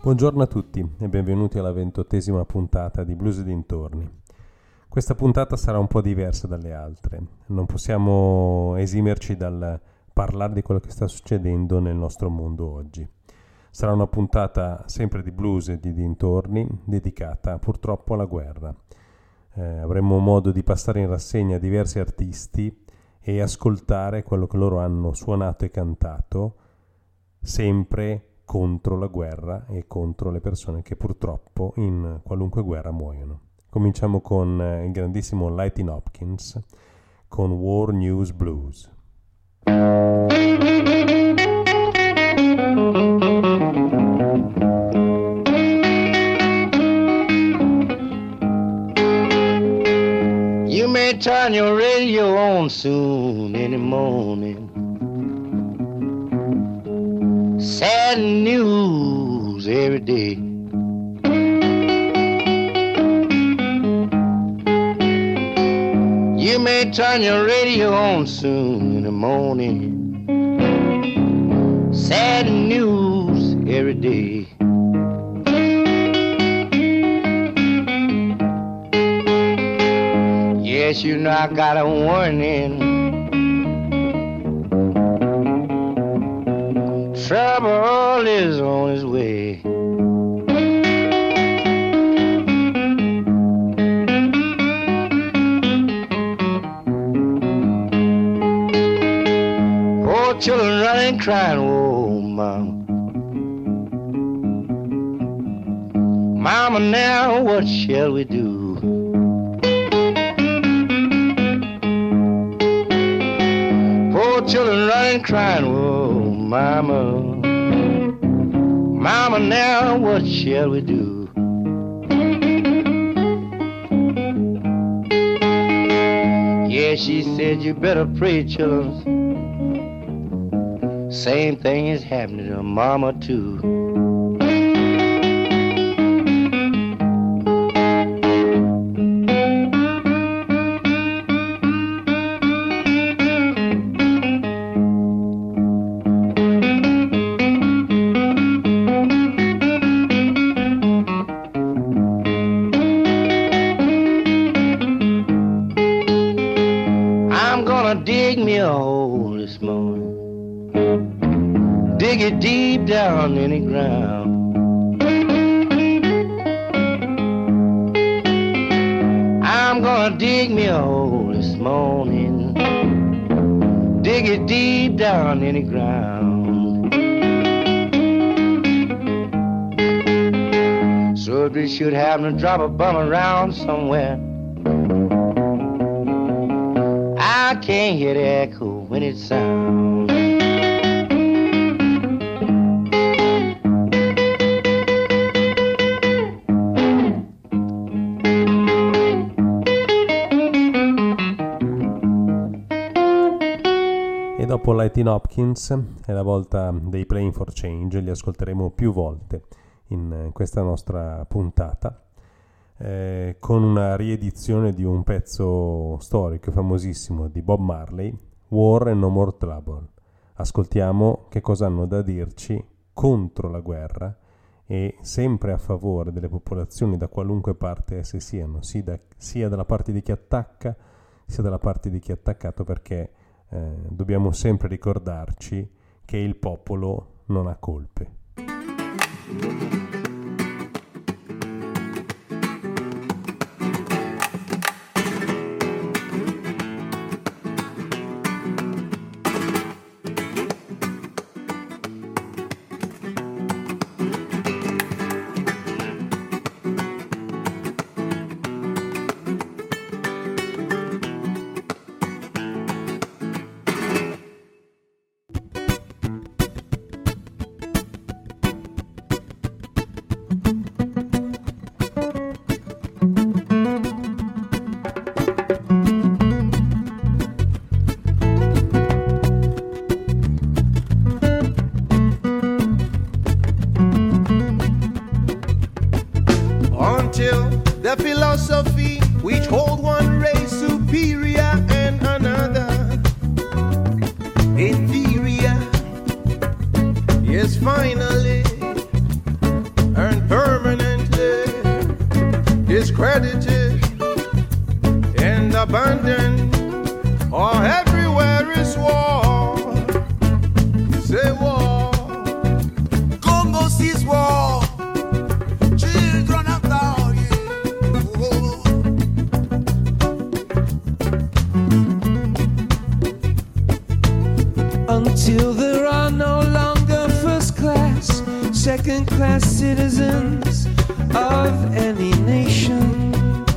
Buongiorno a tutti e benvenuti alla 28ª puntata di Blues e dintorni. Questa puntata sarà un po' diversa dalle altre. Non possiamo esimerci dal parlare di quello che sta succedendo nel nostro mondo oggi. Sarà una puntata sempre di blues e di dintorni, dedicata purtroppo alla guerra. Avremo modo di passare in rassegna diversi artisti e ascoltare quello che loro hanno suonato e cantato, sempre contro la guerra e contro le persone che purtroppo in qualunque guerra muoiono. Cominciamo con il grandissimo Lightning Hopkins con War News Blues. You may turn your radio on soon in the morning. Sad news every day. You may turn your radio on soon in the morning. Sad news every day. Yes, you know I got a warning. Trouble is on his way. Poor children running, crying, oh, mama. Mama, now what shall we do? Poor children running, crying, oh, mama. Mama, now what shall we do? Yeah, she said, you better pray, children. Same thing is happening to mama, too. Dig me a hole this morning. Dig it deep down in the ground. I'm gonna dig me a hole this morning. Dig it deep down in the ground. So if we should happen to drop a bum around somewhere, I can't hear the echo when it sounds. E dopo Lightning Hopkins è la volta dei Playing for Change, li ascolteremo più volte in questa nostra puntata. Con una riedizione di un pezzo storico e famosissimo di Bob Marley, War and No More Trouble. Ascoltiamo che cosa hanno da dirci contro la guerra e sempre a favore delle popolazioni da qualunque parte esse siano, sia dalla parte di chi attacca sia dalla parte di chi è attaccato, perché dobbiamo sempre ricordarci che il popolo non ha colpe. London, or everywhere is war. Say war. Congo sees war. Children are dying. Oh. Until there are no longer first class, second class citizens of any nation.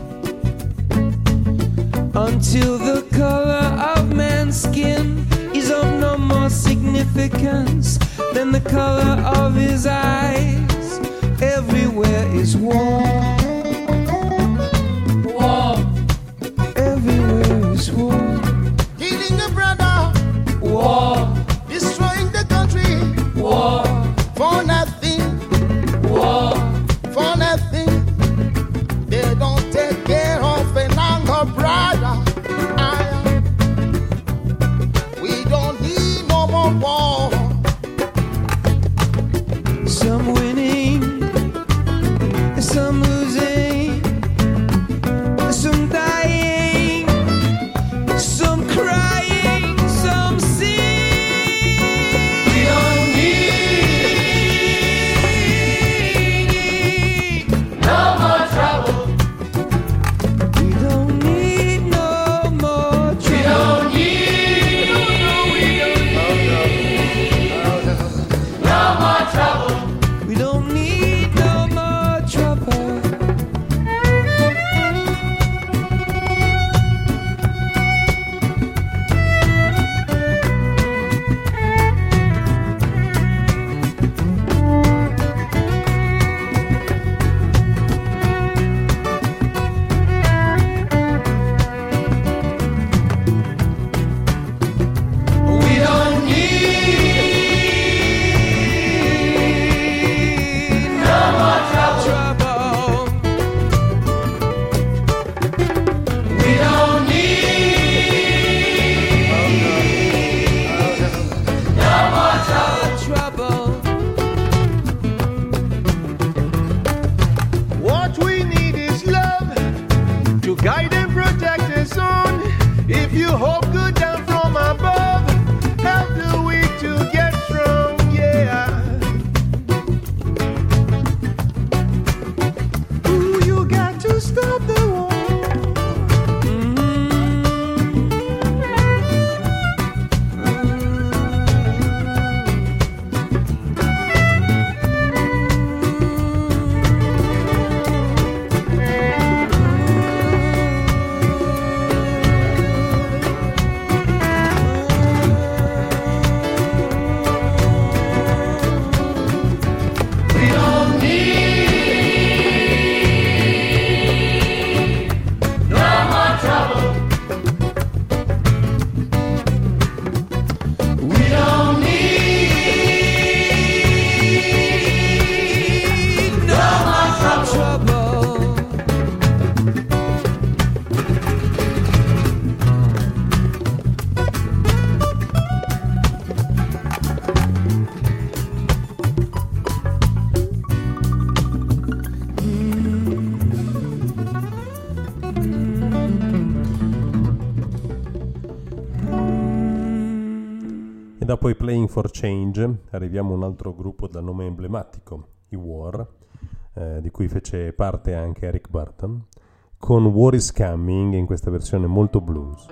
Until the color of man's skin is of no more significance than the color of his eyes. Everywhere is war. War. Everywhere is war. Killing a brother. War. Destroying the country. War. For nothing. War. For nothing. They don't take care of an younger brother. We don't need no more war. Some winning, some losing, some dying, some crying, some sing. We don't need no more trouble. We don't need no more trouble. We don't need no more trouble. We don't need no more trouble. We don't need no more trouble. We don't need no more trouble. What we need is love to guide and protect us on. If you hope good down from above, help the weak to get strong, yeah. Ooh, you got to stop the war. We don't need no more trouble. We don't need no more trouble. E dopo i Playing for Change arriviamo a un altro gruppo dal nome emblematico, i War, di cui fece parte anche Eric Burton, con War is Coming in questa versione molto blues.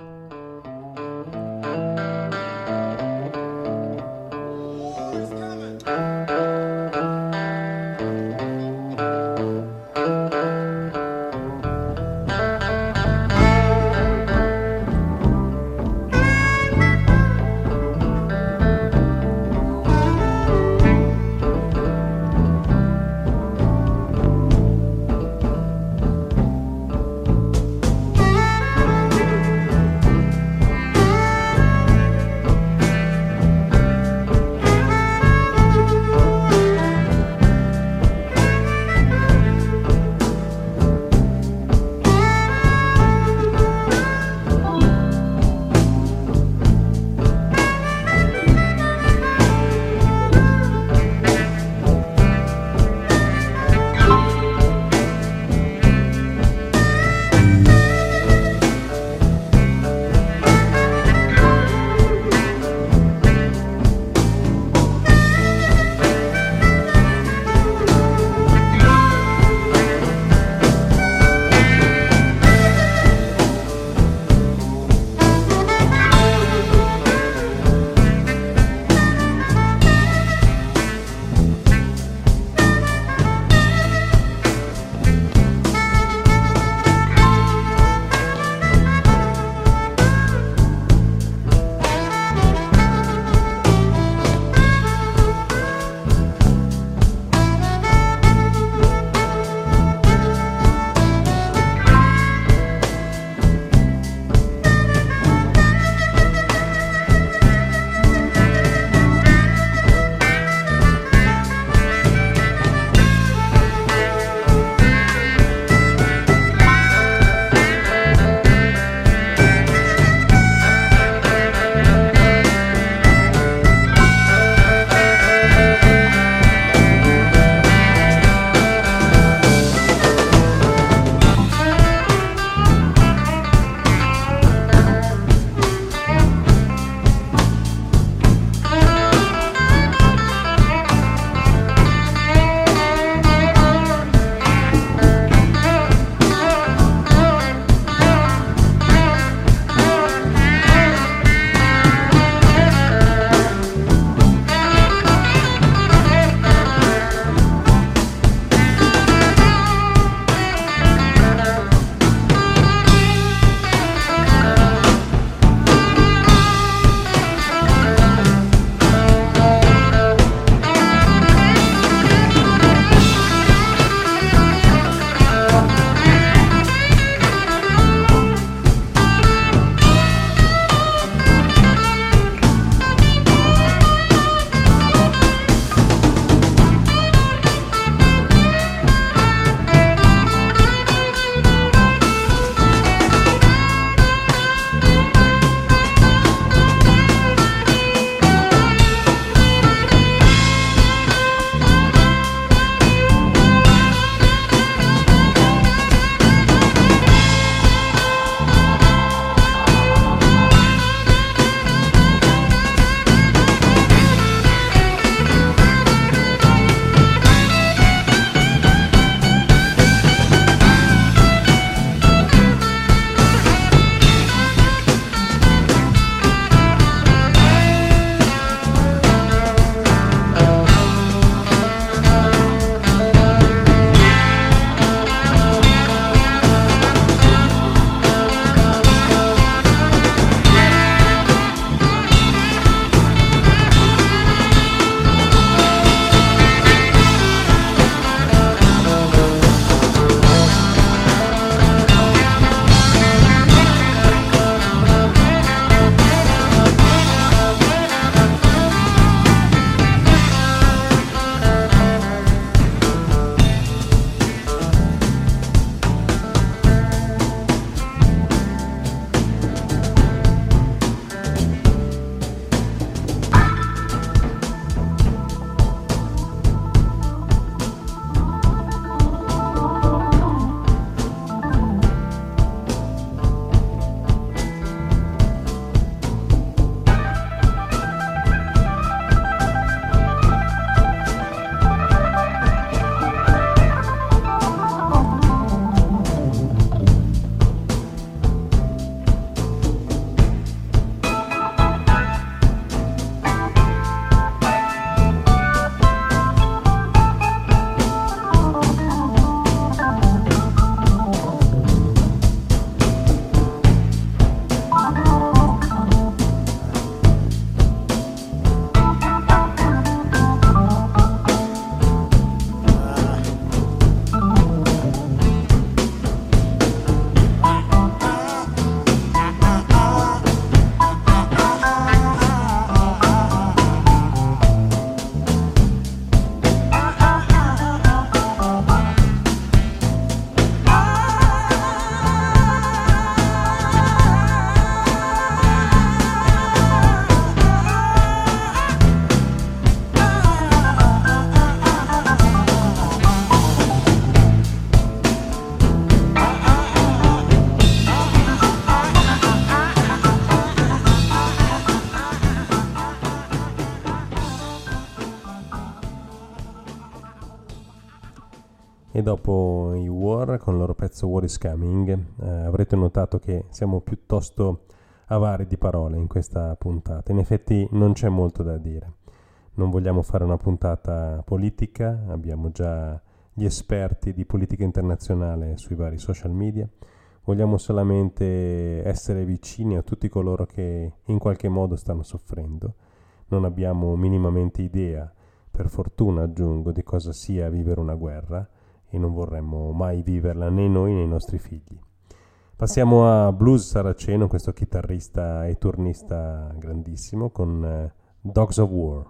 E dopo i War con il loro pezzo What is Coming avrete notato che siamo piuttosto avari di parole in questa puntata. In effetti non c'è molto da dire, non vogliamo fare una puntata politica, abbiamo già gli esperti di politica internazionale sui vari social media, vogliamo solamente essere vicini a tutti coloro che in qualche modo stanno soffrendo. Non abbiamo minimamente idea, per fortuna aggiungo, di cosa sia vivere una guerra, e non vorremmo mai viverla né noi né i nostri figli. Passiamo a Blues Saraceno, questo chitarrista e turnista grandissimo, con Dogs of War.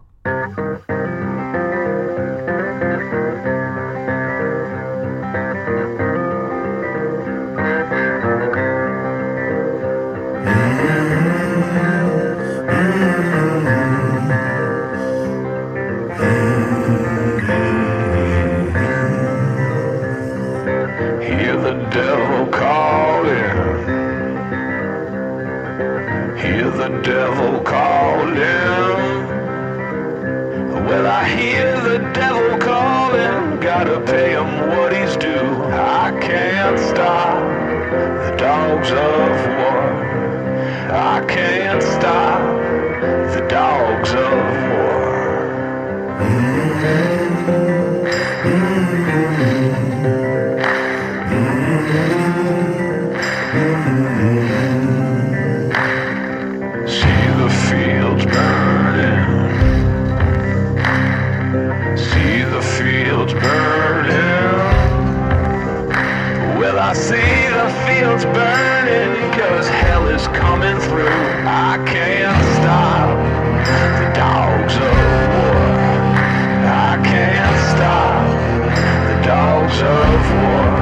Hear the devil calling. Hear the devil calling. Well, I hear the devil calling. Gotta pay him what he's due. I can't stop the dogs of war. I can't stop the dogs of war. See the fields burning. See the fields burning. Well, I see the fields burning, 'cause hell is coming through. I can't stop the dogs of war. I can't stop the dogs of war.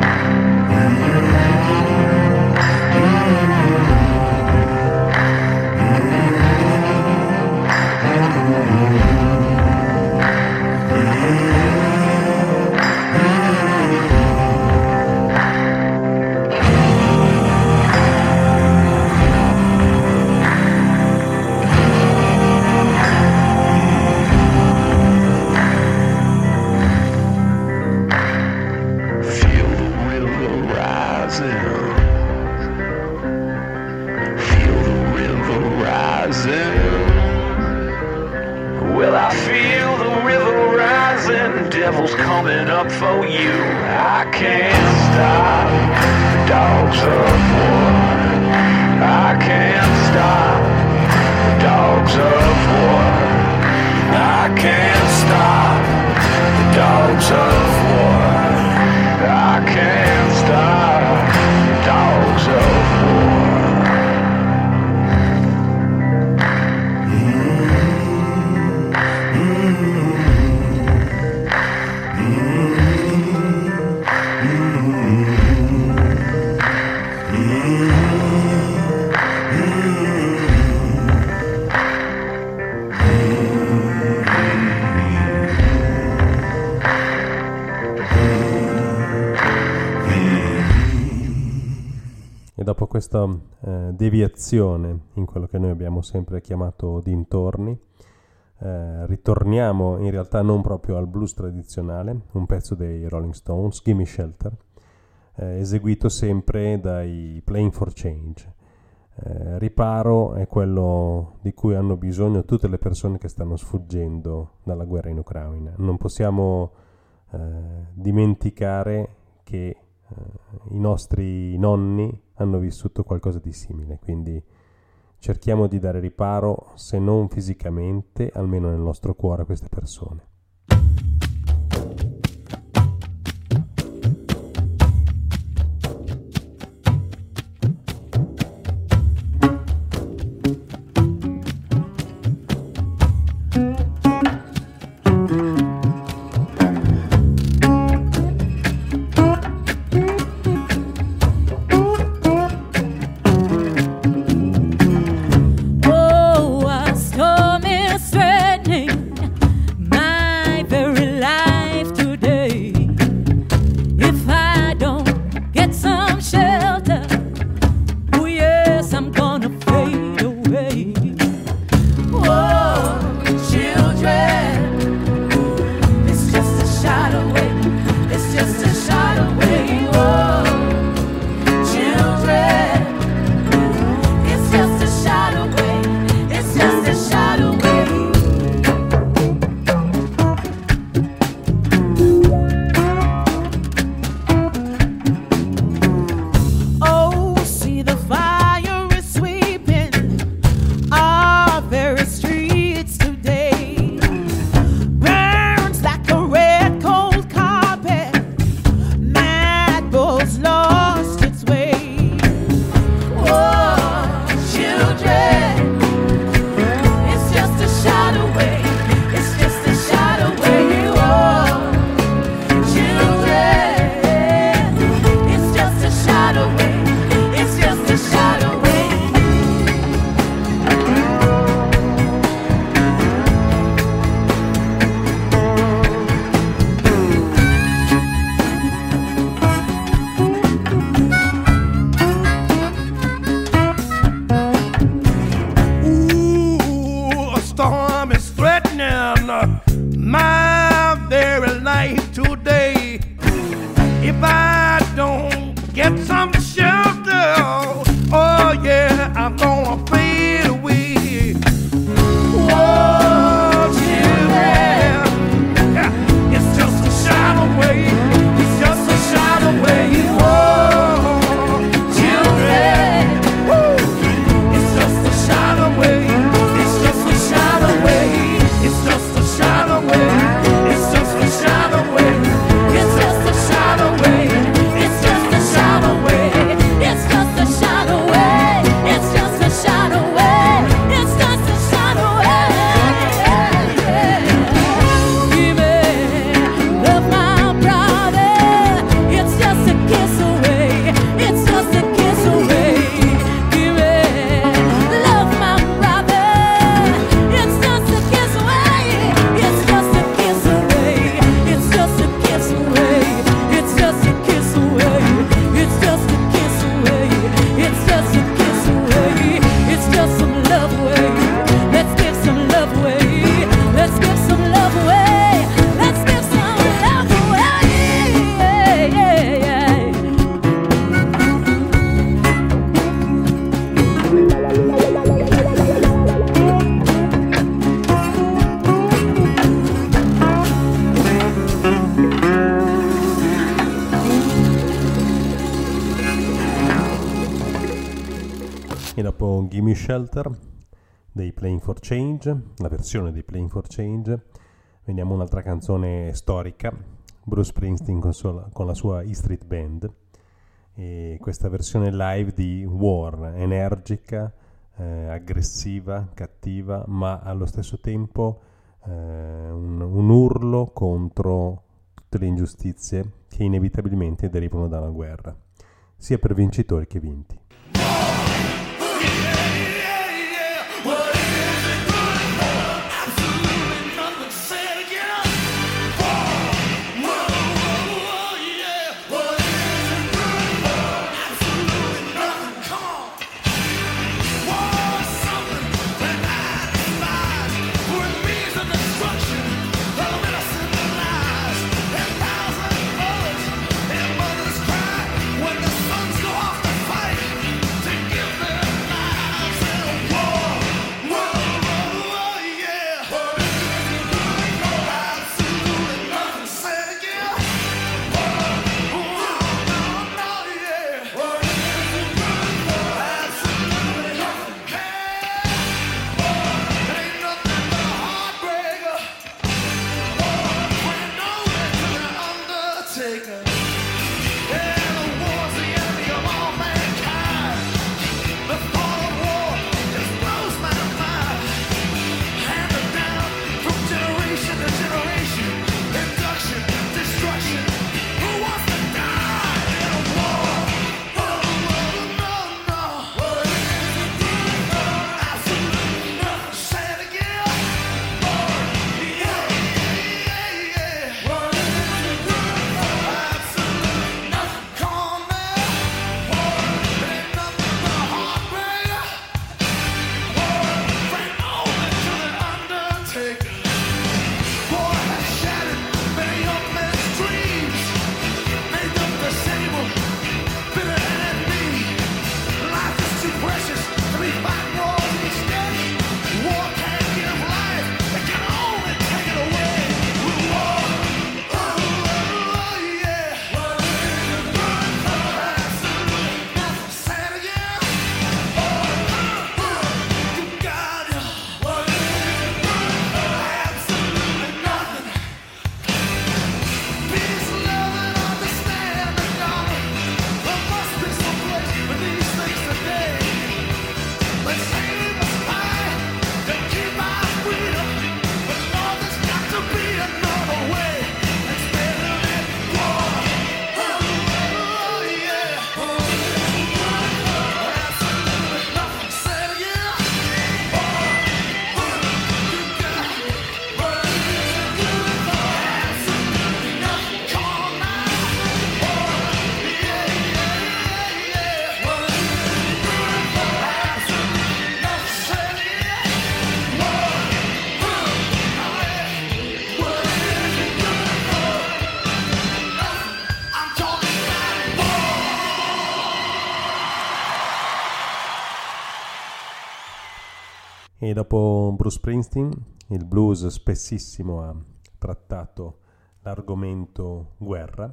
Well, I feel the river rising, devil's coming up for you. I can't stop the dogs of war. I can't stop the dogs of war. I can't stop the dogs of war. I can't stop the dogs of war. Dopo questa deviazione in quello che noi abbiamo sempre chiamato dintorni, ritorniamo in realtà non proprio al blues tradizionale, un pezzo dei Rolling Stones, Gimme Shelter, eseguito sempre dai Playing for Change. Riparo è quello di cui hanno bisogno tutte le persone che stanno sfuggendo dalla guerra in Ucraina. Non possiamo dimenticare che i nostri nonni hanno vissuto qualcosa di simile, quindi cerchiamo di dare riparo, se non fisicamente, almeno nel nostro cuore, a queste persone. Oh, a storm is threatening my dopo Gimme Shelter dei Playing for Change, la versione dei Playing for Change, veniamo a un'altra canzone storica, Bruce Springsteen con la sua E Street Band, e questa versione live di War, energica, aggressiva, cattiva, ma allo stesso tempo un urlo contro tutte le ingiustizie che inevitabilmente derivano da una guerra, sia per vincitori che vinti. E dopo Bruce Springsteen, il blues spessissimo ha trattato l'argomento guerra,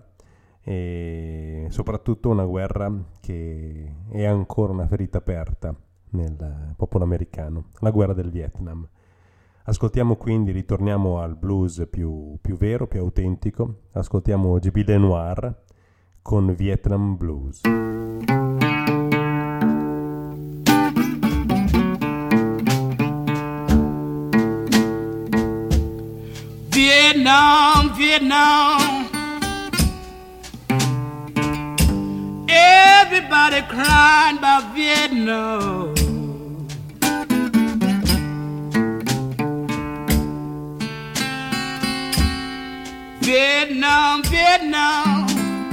e soprattutto una guerra che è ancora una ferita aperta nel popolo americano, la guerra del Vietnam. Ascoltiamo quindi, ritorniamo al blues più vero, più autentico, ascoltiamo J.B. Lenoir con Vietnam Blues. Vietnam, Vietnam, everybody crying about Vietnam. Vietnam, Vietnam,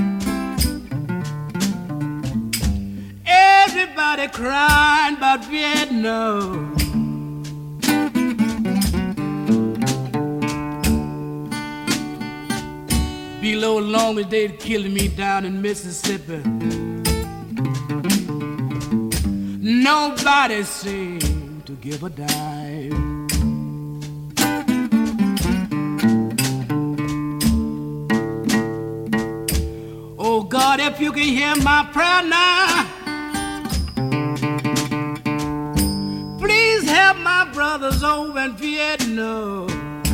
everybody crying about Vietnam. Below lonely they'd killing me down in Mississippi. Nobody seemed to give a dime. Oh God, if you can hear my prayer now, brothers over in Vietnam.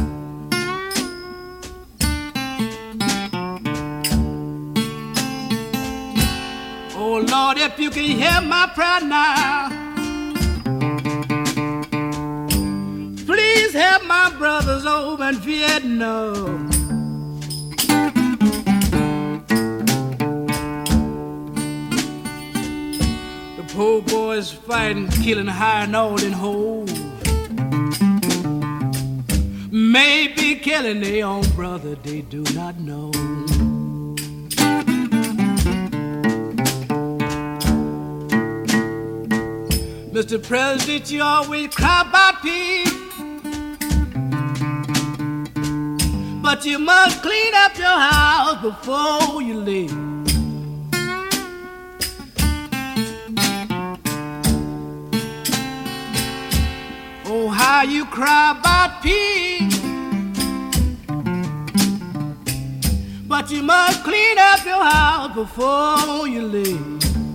Oh Lord, if you can hear my prayer now, please help my brothers over in Vietnam. The poor boys fighting, killing, hiring all in holes. Maybe killing their own brother, they do not know. Mr. President, you always cry about peace, but you must clean up your house before you leave. Oh, how you cry about peace, but you must clean up your house before you leave.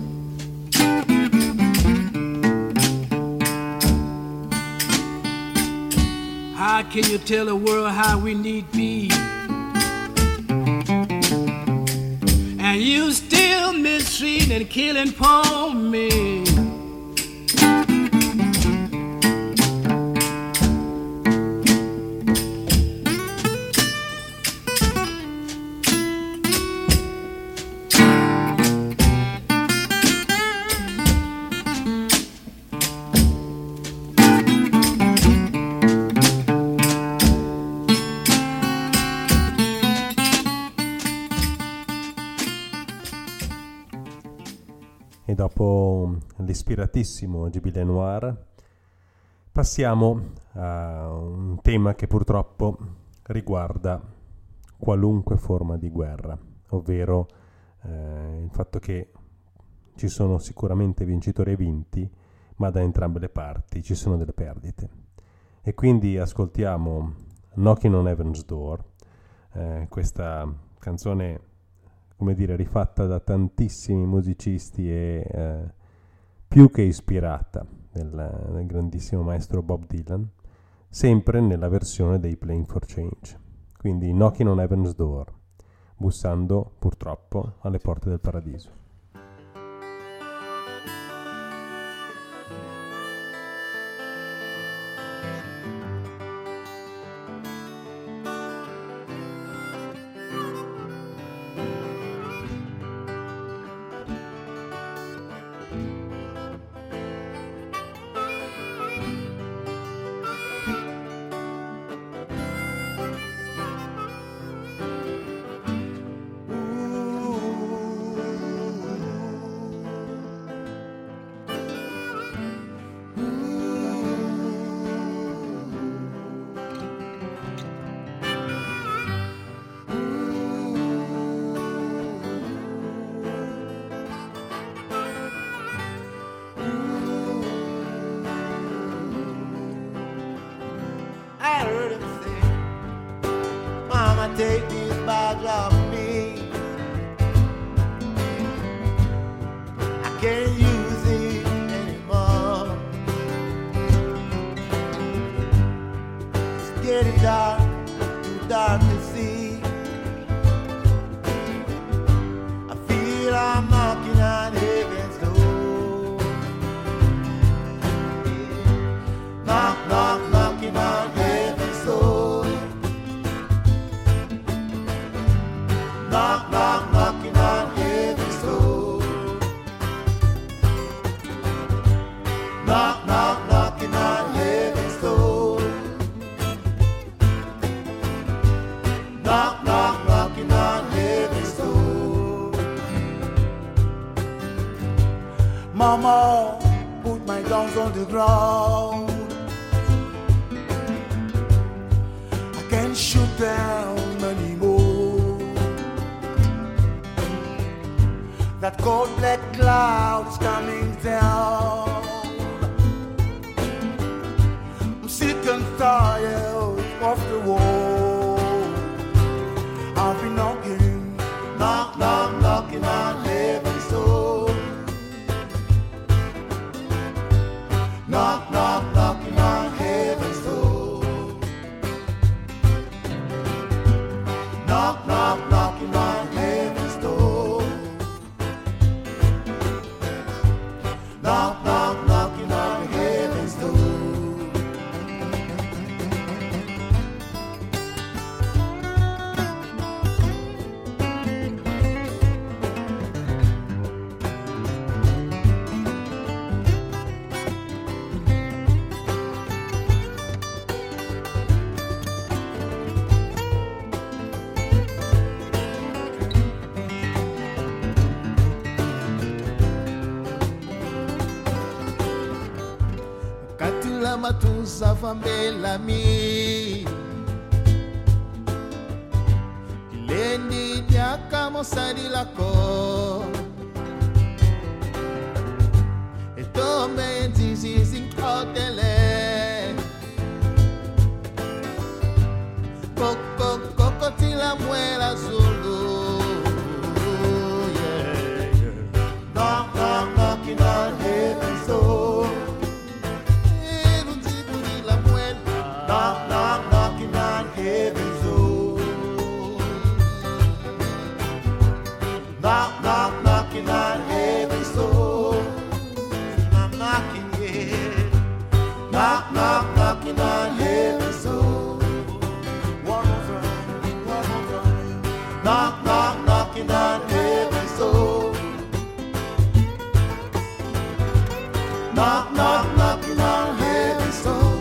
How can you tell the world how we need peace, and you still mistreating and killing poor men? E dopo l'ispiratissimo J.B. Lenoir passiamo a un tema che purtroppo riguarda qualunque forma di guerra, ovvero il fatto che ci sono sicuramente vincitori e vinti, ma da entrambe le parti ci sono delle perdite. E quindi ascoltiamo Knocking on Heaven's Door, questa canzone, come dire, rifatta da tantissimi musicisti e più che ispirata del grandissimo maestro Bob Dylan, sempre nella versione dei Playing for Change. Quindi Knocking on Heaven's Door, bussando purtroppo alle porte del paradiso. Take these bags off me. I can't use it anymore. It's getting dark, too dark to see. I feel I'm knocking on heaven's door. Knock, knock, knocking on heaven's door. Knock, knock, knocking on heaven's door. Knock, knock, knocking on heaven's door. Knock, knock, knocking on heaven's door. Mama, put my guns on the ground. I can't shoot them anymore. That cold black cloud is coming down. I'm sick and tired of the war. I've been knocking, knock, knock, knocking on heaven's door. Knock, knock, knocking on heaven's door. la matusa fambela mi Lendi diaka mosadi lako E tome zizi zinkotele Coco coco tila muela zulu Knock, knock, knocking on heaven's door. Knock, knock, knocking on heaven's door. Knock, knock, knocking on heaven's door. I'm knocking, yeah. Knock, knock, knocking on heaven's door. One more time, one more time. Knock, knock, knocking on heaven's door. Knock, knock, knocking on heaven's door.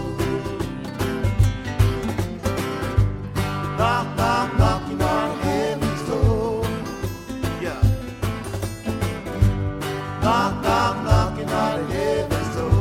Knock, knock, knocking on heaven's door. Yeah. Knock, knock, knocking on heaven's door.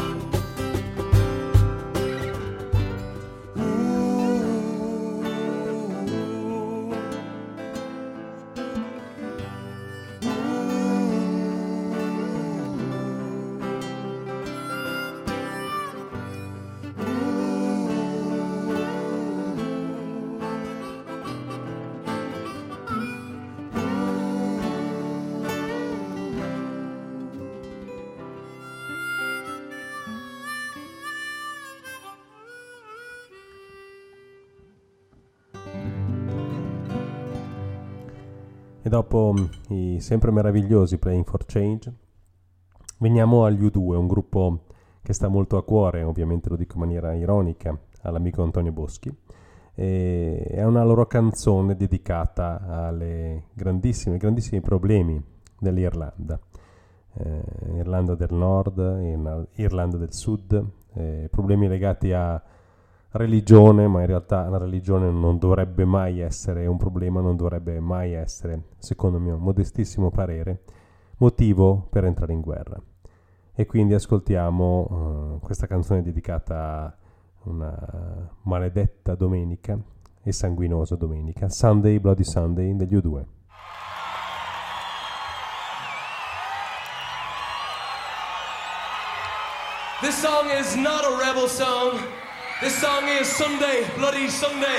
E dopo i sempre meravigliosi Playing for Change veniamo agli U2, un gruppo che sta molto a cuore, ovviamente lo dico in maniera ironica, all'amico Antonio Boschi. E è una loro canzone dedicata alle grandissimi problemi dell'Irlanda. Irlanda del Nord, Irlanda del Sud, problemi legati a religione, ma in realtà la religione non dovrebbe mai essere un problema, non dovrebbe mai essere, secondo il mio modestissimo parere, motivo per entrare in guerra. E quindi ascoltiamo questa canzone dedicata a una maledetta domenica e sanguinosa domenica, Sunday Bloody Sunday degli U2. This song is not a rebel song. This song is Sunday, Bloody Sunday.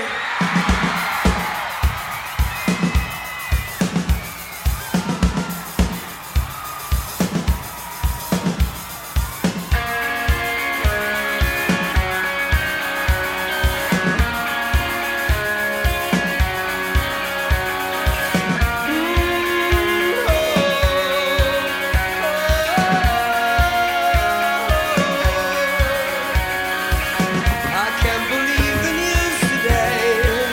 I can't believe the news today.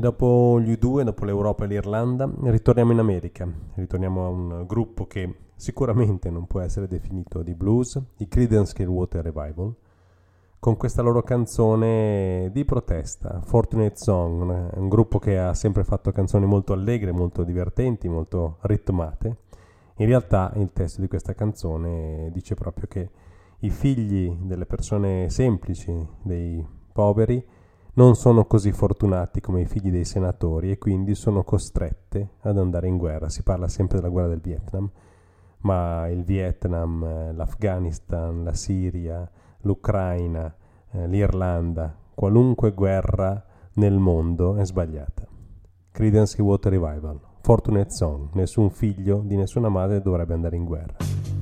dopo gli U2, dopo l'Europa e l'Irlanda, ritorniamo in America. Ritorniamo a un gruppo che sicuramente non può essere definito di blues, i Creedence Clearwater Revival, con questa loro canzone di protesta, Fortunate Song, un gruppo che ha sempre fatto canzoni molto allegre, molto divertenti, molto ritmate. In realtà il testo di questa canzone dice proprio che i figli delle persone semplici, dei poveri, non sono così fortunati come i figli dei senatori e quindi sono costrette ad andare in guerra. Si parla sempre della guerra del Vietnam, ma il Vietnam, l'Afghanistan, la Siria, l'Ucraina, l'Irlanda, qualunque guerra nel mondo è sbagliata. Creedence Clearwater Revival, Fortunate Song, nessun figlio di nessuna madre dovrebbe andare in guerra.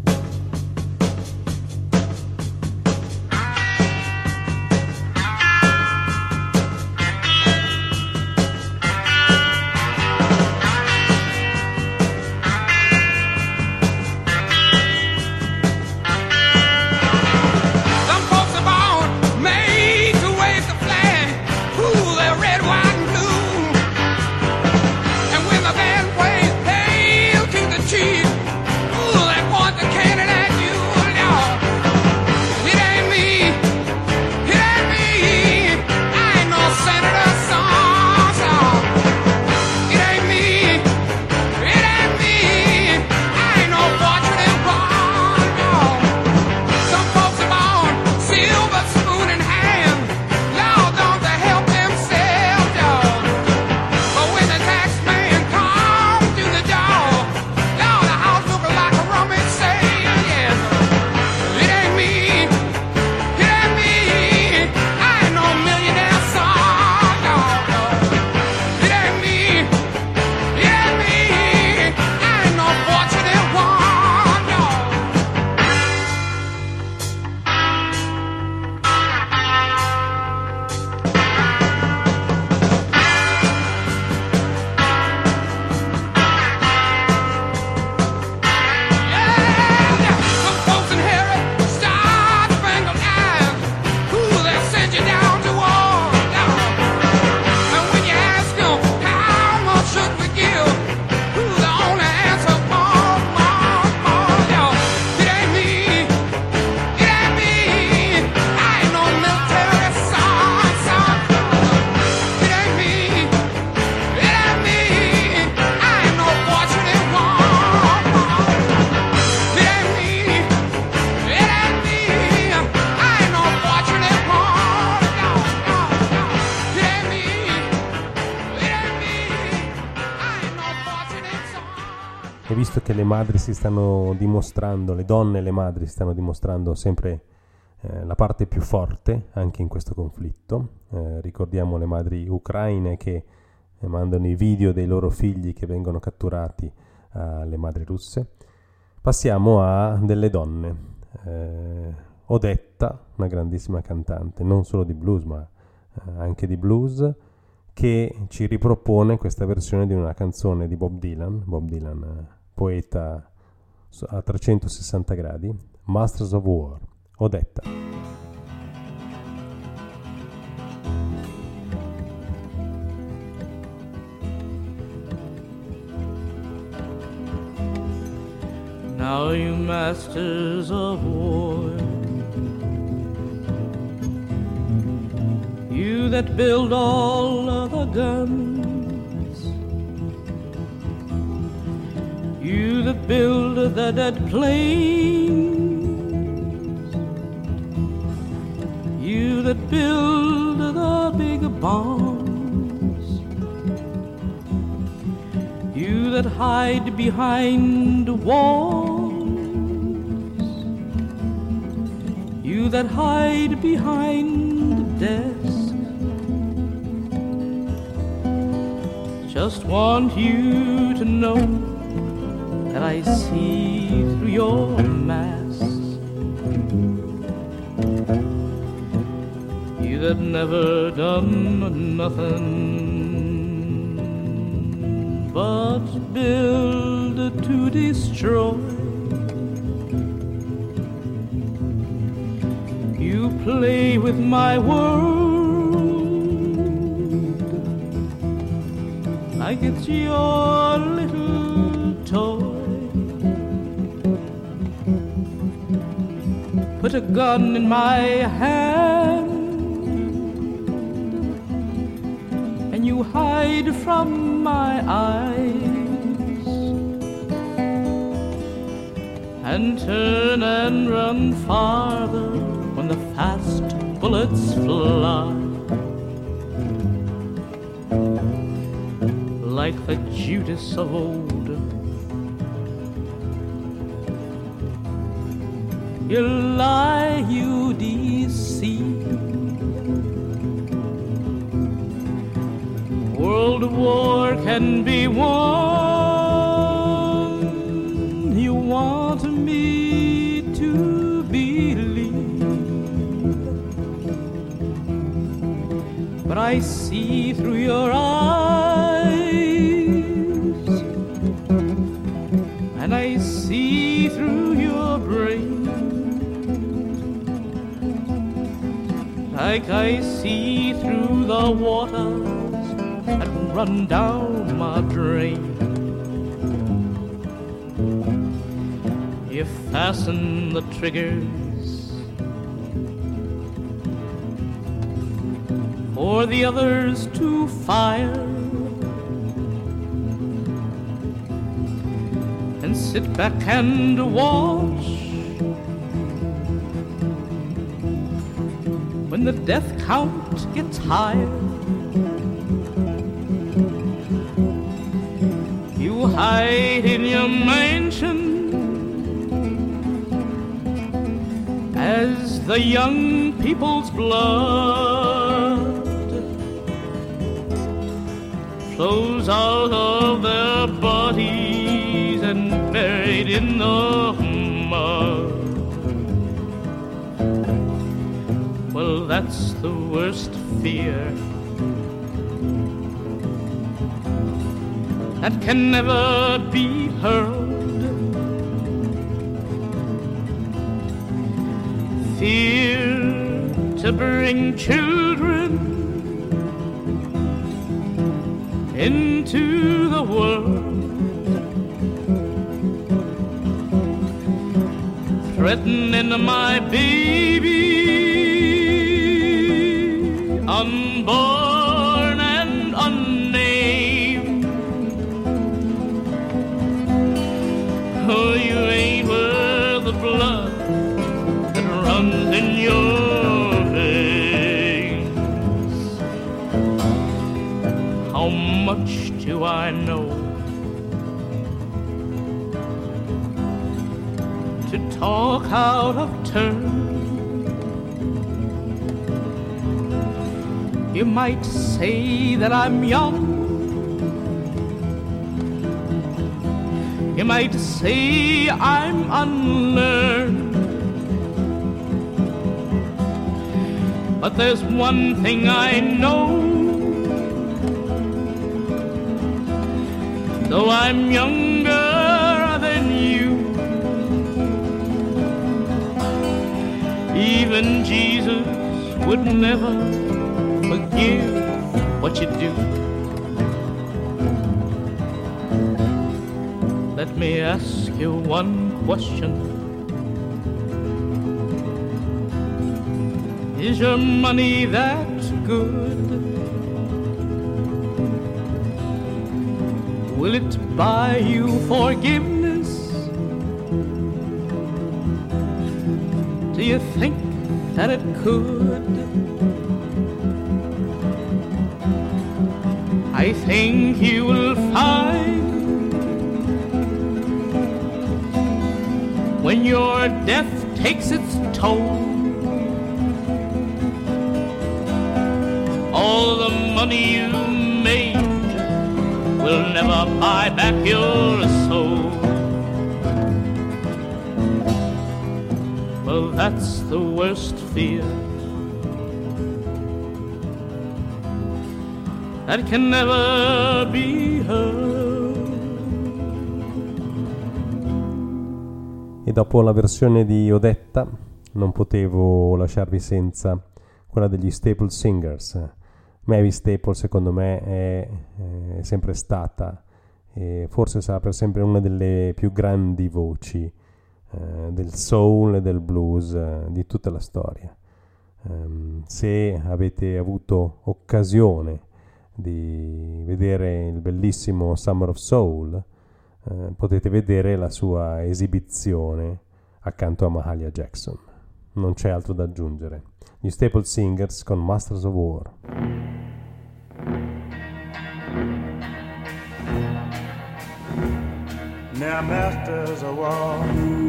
E visto che le madri si stanno dimostrando, le donne e le madri si stanno dimostrando sempre la parte più forte anche in questo conflitto, ricordiamo le madri ucraine che mandano i video dei loro figli che vengono catturati alle madri russe, passiamo a delle donne. Odetta, una grandissima cantante, non solo di blues ma anche di blues, che ci ripropone questa versione di una canzone di Bob Dylan, poeta a 360 gradi, Masters of War, Odetta. Now you masters of war, you that build all of the guns, you that build the dead planes, you that build the big bombs, you that hide behind walls, you that hide behind the desk. Just want you to know that I see through your masks. You that never done nothing but build to destroy. You play with my world like it's your little toy. Put a gun in my hand and you hide from my eyes and turn and run farther when the fast bullets fly. Like the Judas of old, you lie, you deceive. World war can be won. You want me to believe, but I see through your eyes, and I see through your brain, like I see through the waters that run down my drain. You fasten the triggers for the others to fire, and sit back and watch when the death count gets higher. You hide in your mansion as the young people's blood flows out of their bodies and buried in the mud. Well, that's the worst fear that can never be hurled. Fear to bring children into the world, threatening my baby, unborn and unnamed. Oh, you ain't worth the blood that runs in your veins. How much do I know to talk out of turn? You might say that I'm young, you might say I'm unlearned, but there's one thing I know. Though I'm younger than you, even Jesus would never forgive what you do. Let me ask you one question. Is your money that good? Will it buy you forgiveness? Do you think that it could? I think you will find when your death takes its toll, all the money you made will never buy back your soul. Well, that's the worst fear that can never be heard. E dopo la versione di Odetta non potevo lasciarvi senza quella degli Staple Singers, Mavis Staples secondo me è sempre stata e forse sarà per sempre una delle più grandi voci del soul e del blues di tutta la storia. Se avete avuto occasione di vedere il bellissimo Summer of Soul, potete vedere la sua esibizione accanto a Mahalia Jackson. Non c'è altro da aggiungere. Gli Staple Singers con Masters of War. Now, masters of war,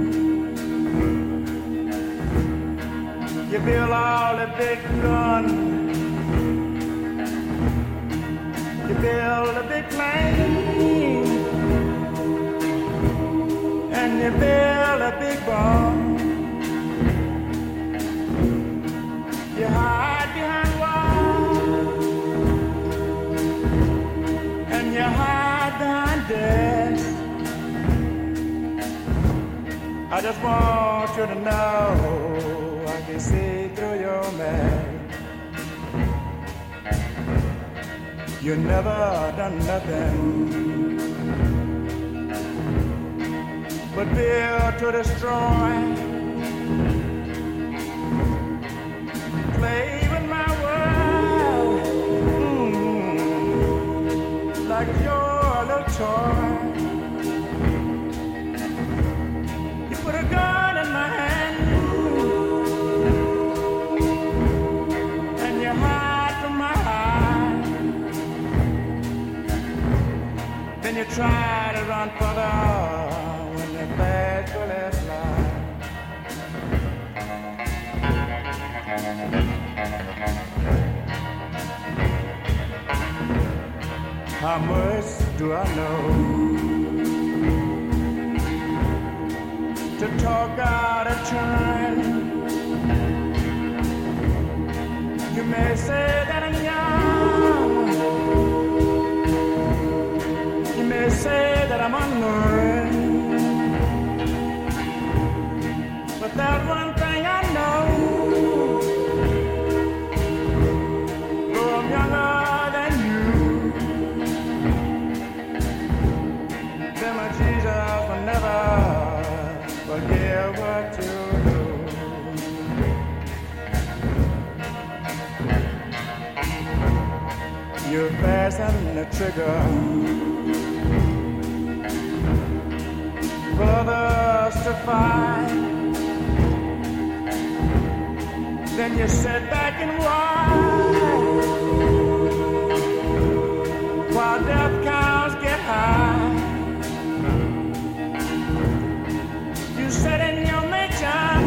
you build all the big guns, you build a big plane, and you build a big bomb. You hide behind walls, and you hide behind desks. I just want you to know I can see through your mask. You never done nothing but build to destroy. Play with my world, like it's your little toy. You put a gun in my hand, and you hide from my eyes. Then you try to run further when the bad bullets fly. How much do I know to talk out of turn? You may say that I'm young, you may say that I'm unlearned, but that one thing I know, though I'm younger than you, then my Jesus will never forgive what you do. You fasten the trigger for others to fight, then you sit back and watch while death counts get high. You sit in your mansion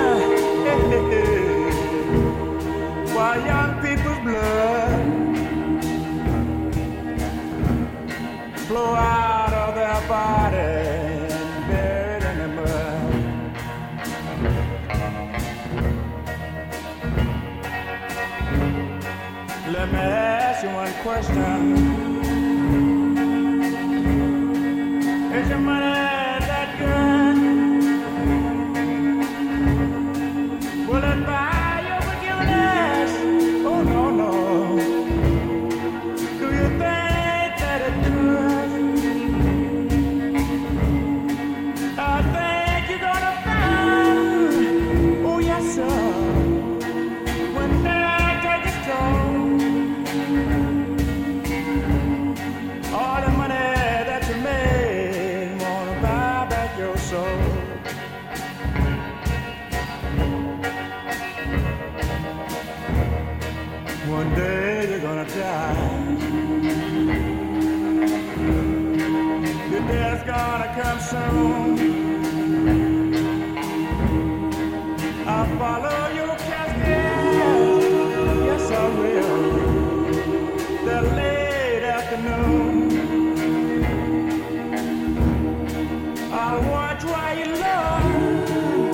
while young people's blood flow out of their bodies and buried in the mud. Let me ask you one question. Is your money that good? Will it buy your forgiveness? Oh no, no. Do you think that it could? I think you're gonna find, oh yes sir, when they take its toll, all the money that you made won't buy back your soul. One day you're gonna die. Your day's gonna come soon. I'll follow your casket. Yes, I will. That late afternoon, I'll watch while you love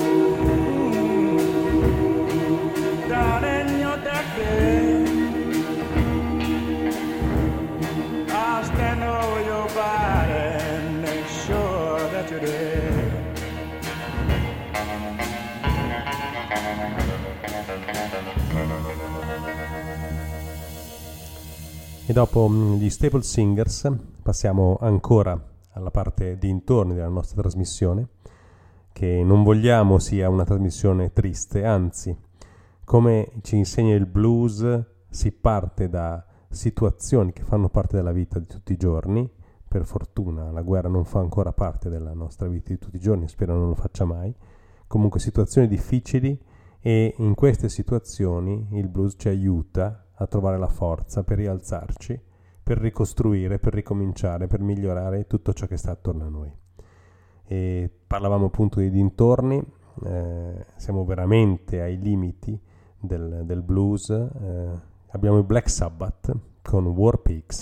down in your deathbed. I'll stand over your body and make sure that you're dead. E dopo gli Staple Singers passiamo ancora alla parte dintorni della nostra trasmissione, che non vogliamo sia una trasmissione triste, anzi, come ci insegna il blues, si parte da situazioni che fanno parte della vita di tutti i giorni. Per fortuna la guerra non fa ancora parte della nostra vita di tutti i giorni, spero non lo faccia mai. Comunque situazioni difficili, e in queste situazioni il blues ci aiuta a trovare la forza per rialzarci, per ricostruire, per ricominciare, per migliorare tutto ciò che sta attorno a noi. E parlavamo appunto di dintorni, siamo veramente ai limiti del blues. Abbiamo i Black Sabbath con War Pigs.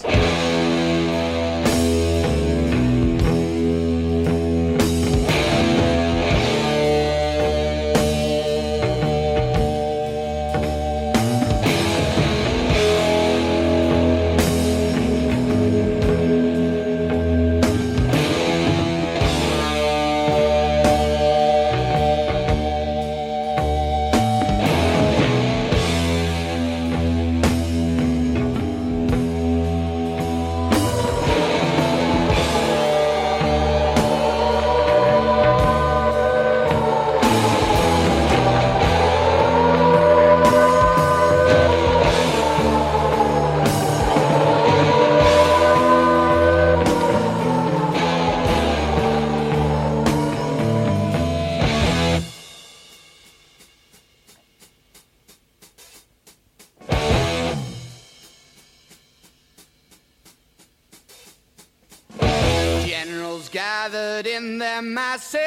Gathered in their masses,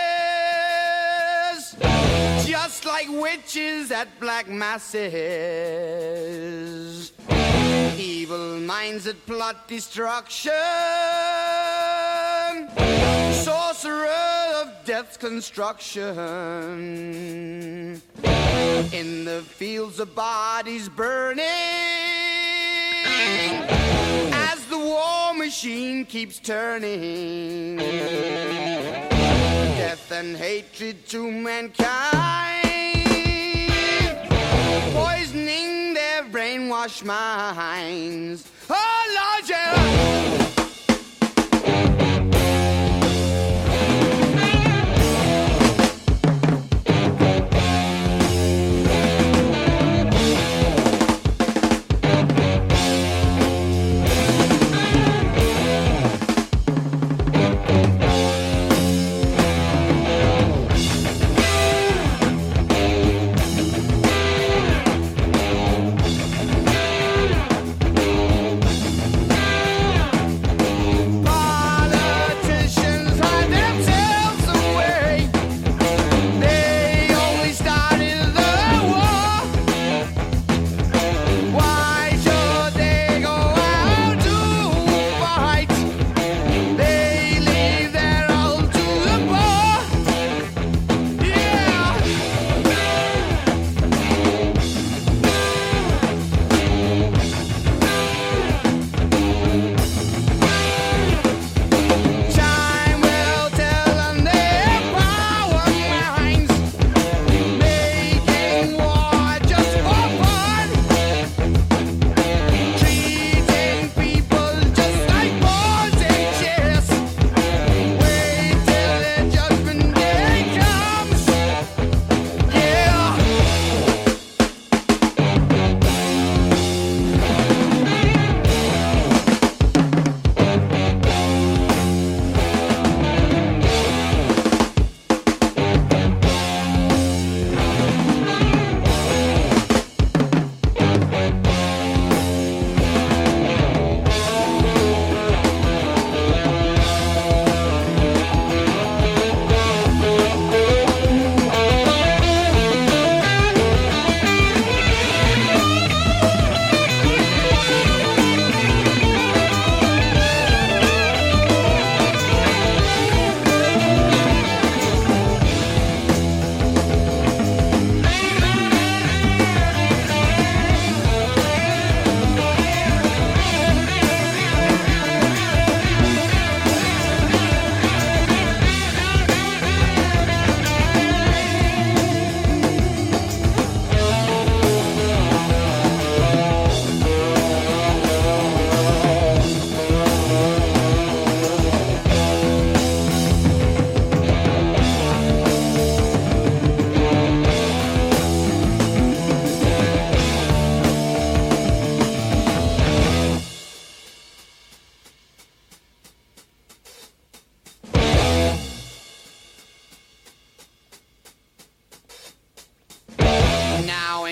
just like witches at black masses, evil minds that plot destruction, sorcerer of death's construction, in the fields of bodies burning, as the war machine keeps turning, death and hatred to mankind, poisoning their brainwashed minds. Oh Lord, yeah.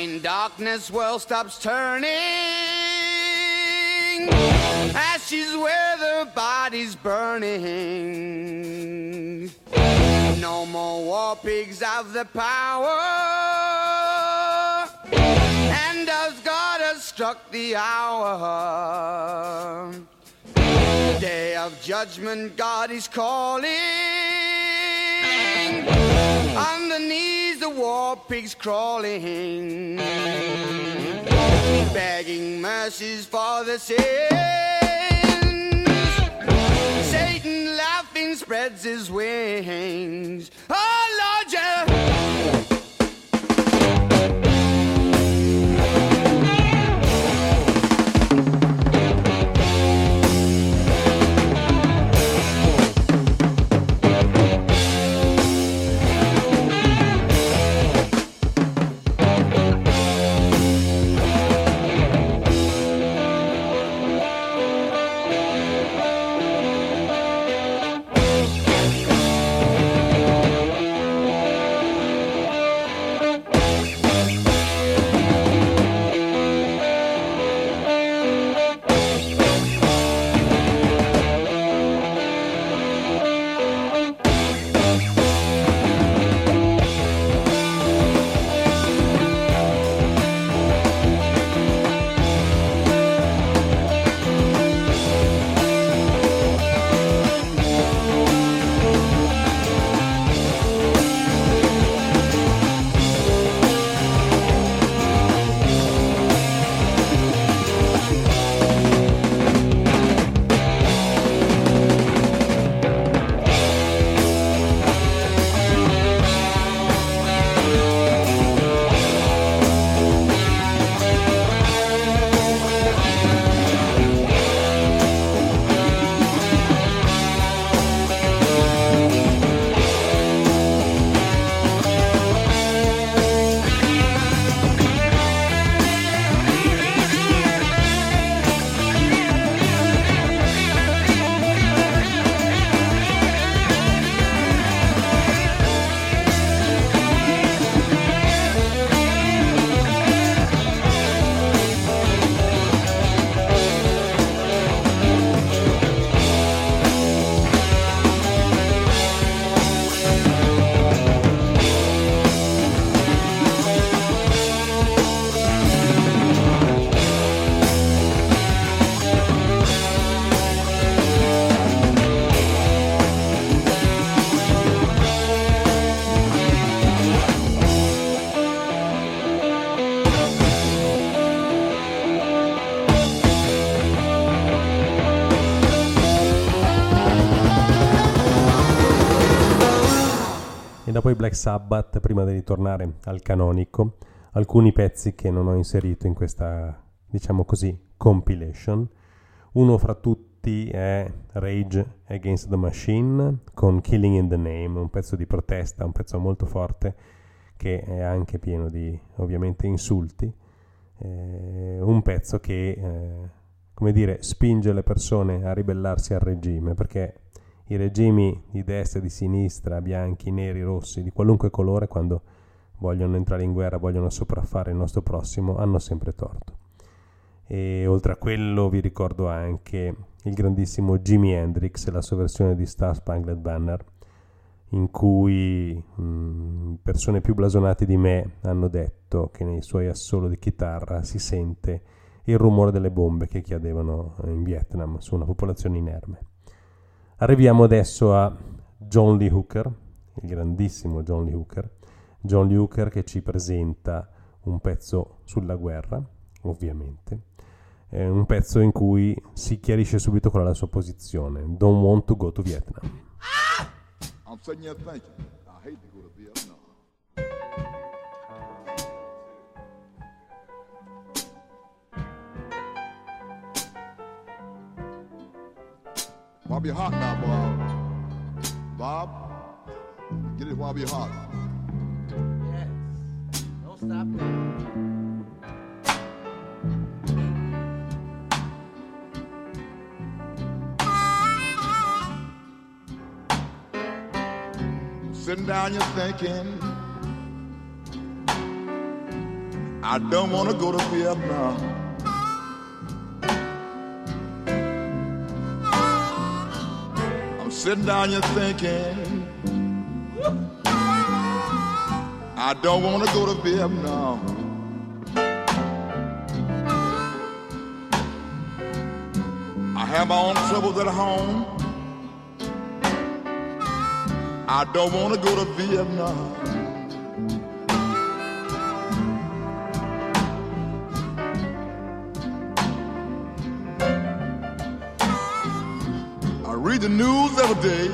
In darkness, world stops turning. Ashes where the body's burning. No more war pigs have the power. And as God has struck the hour, day of judgment, God is calling. On the knees, the war pigs crawling, begging mercies for the sins. Satan laughing spreads his wings. Oh Lord, yeah. E dopo i Black Sabbath, prima di ritornare al canonico, alcuni pezzi che non ho inserito in questa, diciamo così, compilation. Uno fra tutti è Rage Against the Machine con Killing in the Name, un pezzo di protesta, un pezzo molto forte che è anche pieno di, ovviamente, insulti. Un pezzo che, come dire, spinge le persone a ribellarsi al regime, perché i regimi di destra e di sinistra, bianchi, neri, rossi, di qualunque colore, quando vogliono entrare in guerra, vogliono sopraffare il nostro prossimo, hanno sempre torto. E oltre a quello vi ricordo anche il grandissimo Jimi Hendrix e la sua versione di Star Spangled Banner, in cui persone più blasonate di me hanno detto che nei suoi assolo di chitarra si sente il rumore delle bombe che cadevano in Vietnam su una popolazione inerme. Arriviamo adesso a John Lee Hooker, il grandissimo John Lee Hooker che ci presenta un pezzo sulla guerra, ovviamente, un pezzo in cui si chiarisce subito qual è la sua posizione: Don't want to go to Vietnam. I'm sitting here thinking, I hate to go to Vietnam. While be hot now, Bob. Bob, get it while be hot. Yes, don't stop now. Sitting down, you're thinking, I don't want to go to Vietnam. I'm sitting down here thinking, I don't want to go to Vietnam. I have my own troubles at home. I don't want to go to Vietnam. I read the news every day.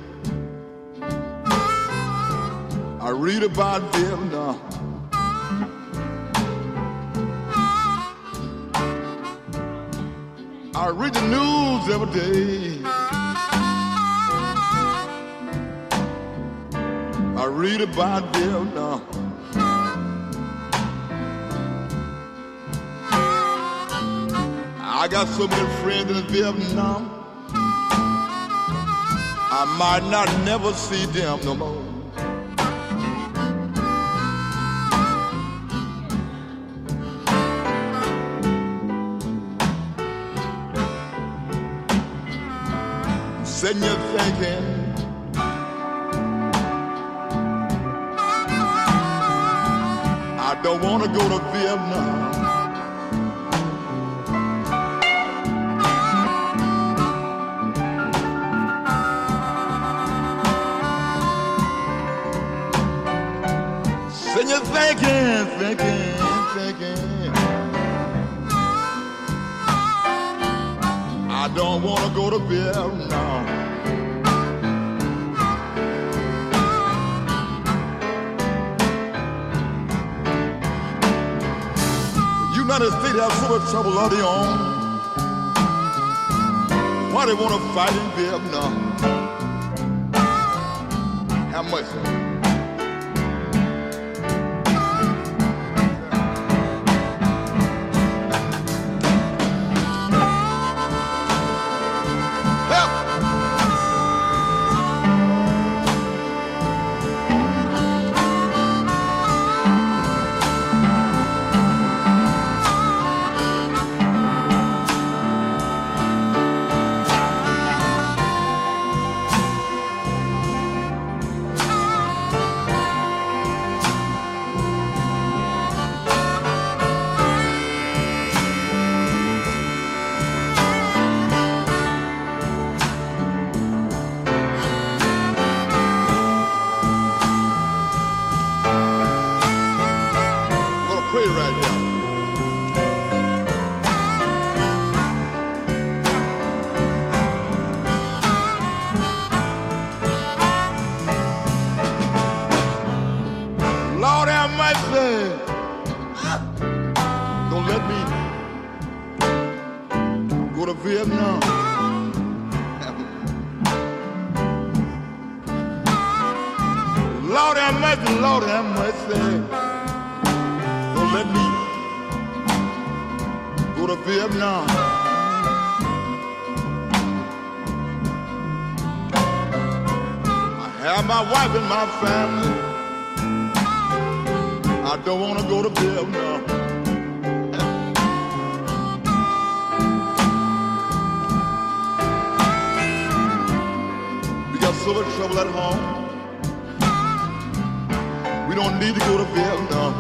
I read about Vietnam. I read the news every day. I read about Vietnam. I got so many friends in Vietnam. I might not never see them no more. Sitting here thinking, I don't want to go to Vietnam. Sitting here thinking, I don't want to go to Vietnam. The United States have so much trouble of their own. Why they want to fight in Vietnam? How much? Lord have mercy. Don't let me go to Vietnam. I have my wife and my family. I don't want to go to Vietnam. We got so much trouble at home. We don't need to go to Vietnam.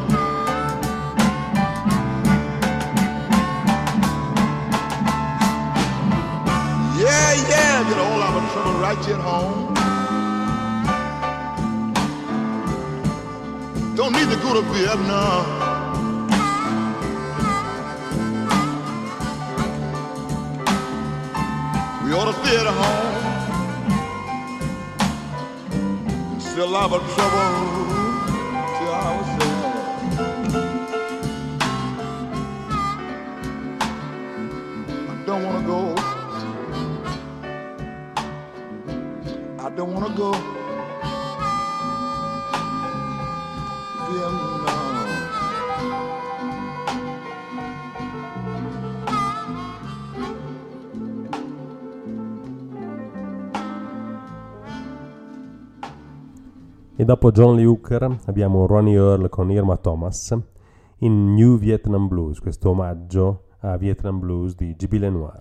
Yeah, get all our trouble right here at home. Don't need to go to Vietnam. We ought to stay at home and still have a trouble. I don't want to go Vietnam. E dopo John Lee Hooker abbiamo Ronnie Earl con Irma Thomas. in New Vietnam Blues, questo omaggio a Vietnam Blues di J.B. Lenoir.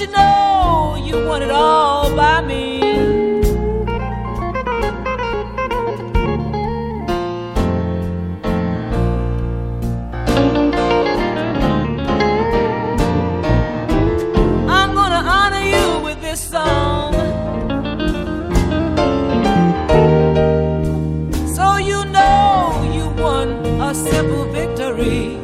you know you want it all by me? I'm gonna honor you with this song, so you know you won a simple victory.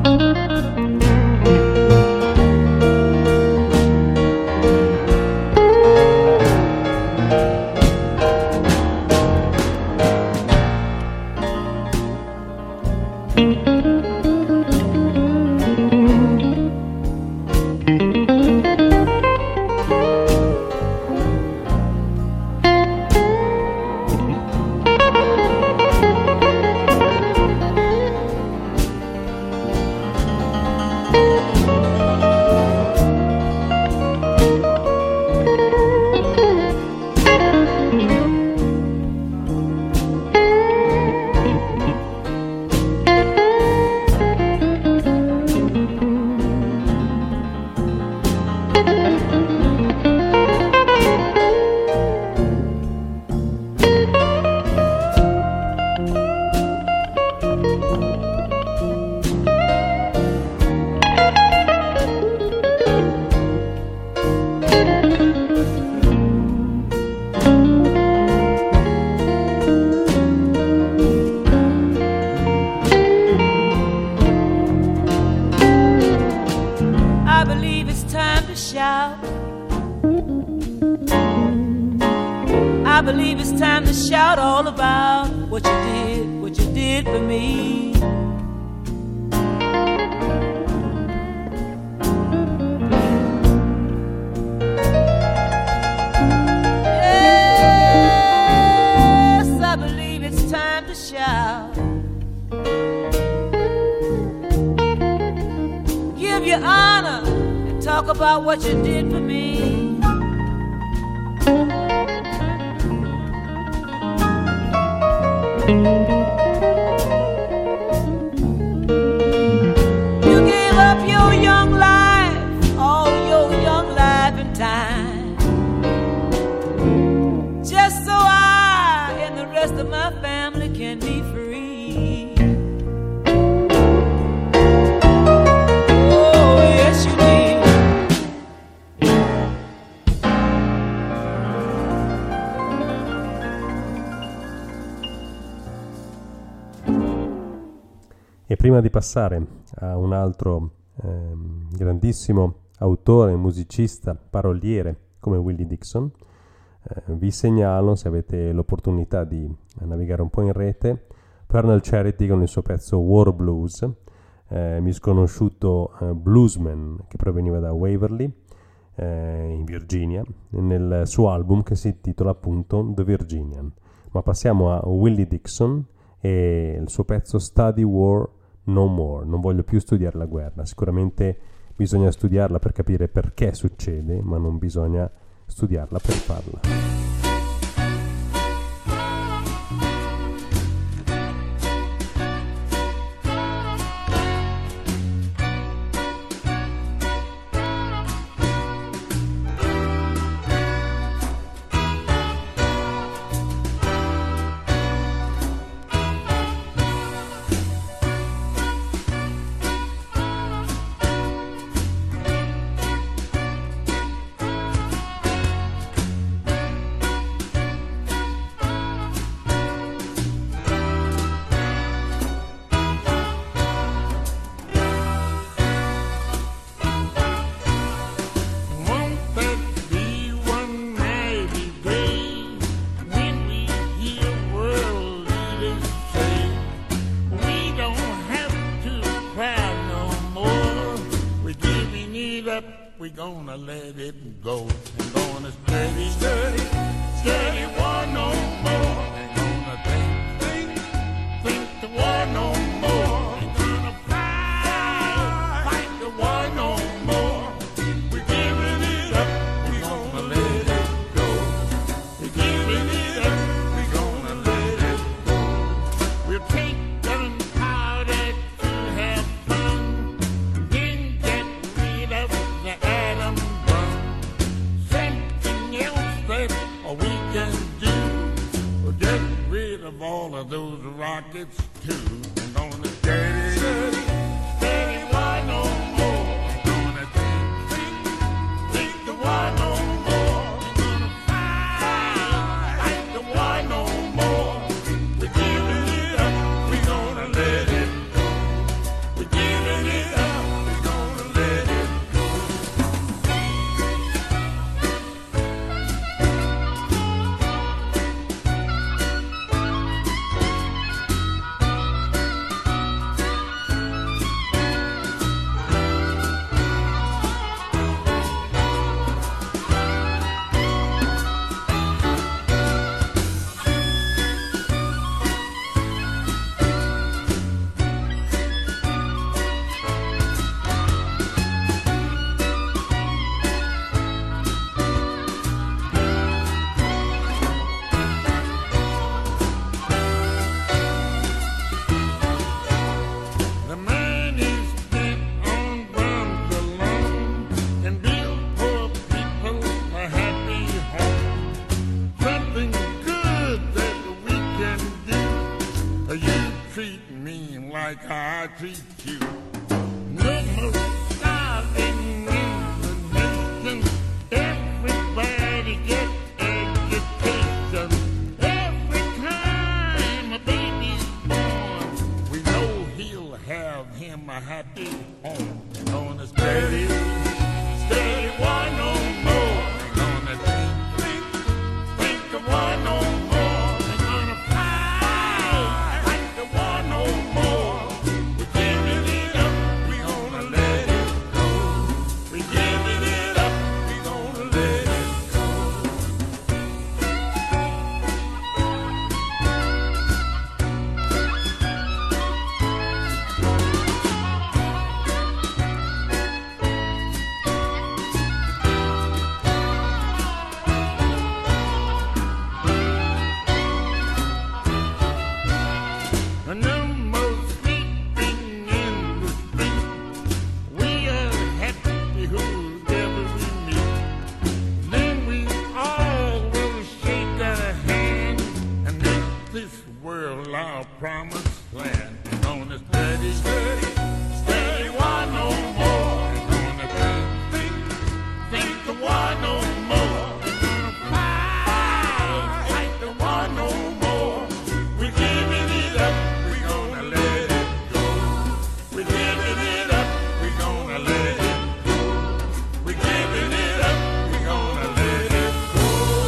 I believe it's time to shout all about what you did for me. Yes, I believe it's time to shout. Give your honor and talk about what you did for me. You gave up your young life, all your young life and time, just so I and the rest of my family can be free. Oh, yes you did. E prima di passare a un altro grandissimo autore, musicista, paroliere come Willie Dixon, vi segnalo, se avete l'opportunità di navigare un po' in rete, Pernell Charity con il suo pezzo War Blues, misconosciuto bluesman che proveniva da Waverly, in Virginia, nel suo album che si intitola appunto The Virginian. Ma passiamo a Willie Dixon e il suo pezzo Study War No More. Non voglio più studiare la guerra. Sicuramente bisogna studiarla per capire perché succede, ma non bisogna studiarla per farla. We're gonna let it go. We're gonna study, study, study war no more. We're gonna think the war no more. We're gonna fight the war no more. We're giving it up, we're gonna let it go. We're giving it up, we're gonna let it go. We'll take gunpowder to have fun, then get rid of the atom bomb. it's two. Ain't gonna steady, steady, why no more? Ain't gonna think the why no more? Ain't gonna fight the why no more? We're giving it up, we're gonna let it go. We're giving it up, we're gonna let it go. The man is bent on drums alone and build poor people a happy home. Something good that we can do. You treat me like I treat you. No more starving in the nation. Everybody get education. Every time a baby's born, we know he'll have him a happy home. Ain't gonna steady, steady, why no more? Ain't gonna think the why no more? Ain't gonna fight the why no more? We're giving it up, we gonna let it go. We're giving it up, we gonna let it go. No more sleeping in the street. We are happy whoever we meet. Then we all will shake our hands and make this world our promised land. Ain't gonna steady, steady, steady, why no more? Ain't gonna think the why no more? Ain't gonna fight the why no more? We're giving it up, we're gonna let it go. We're giving it up, we're gonna let it go. We're giving it up, we're gonna let it go.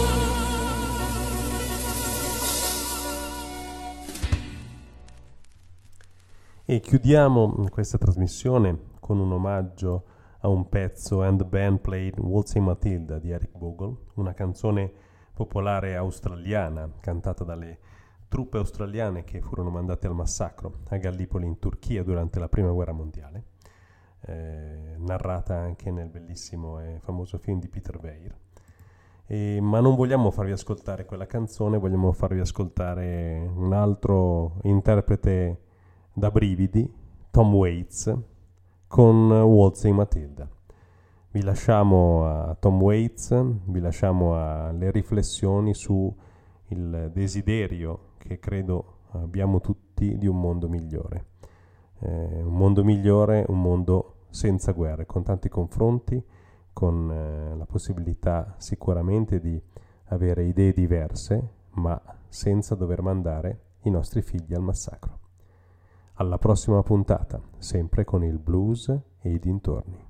E chiudiamo questa trasmissione con un omaggio a un pezzo And the Band Played Waltzing Matilda di Eric Bogle, una canzone popolare australiana cantata dalle truppe australiane che furono mandate al massacro a Gallipoli in Turchia durante la Prima Guerra Mondiale, narrata anche nel bellissimo e famoso film di Peter Weir. Ma non vogliamo farvi ascoltare quella canzone, vogliamo farvi ascoltare un altro interprete da brividi, Tom Waits, con Waltzing Matilda. Vi lasciamo a Tom Waits, vi lasciamo alle riflessioni su il desiderio che credo abbiamo tutti di un mondo migliore. Un mondo migliore, un mondo senza guerre, con tanti confronti, con la possibilità sicuramente di avere idee diverse, ma senza dover mandare i nostri figli al massacro. Alla prossima puntata, sempre con il blues e i dintorni.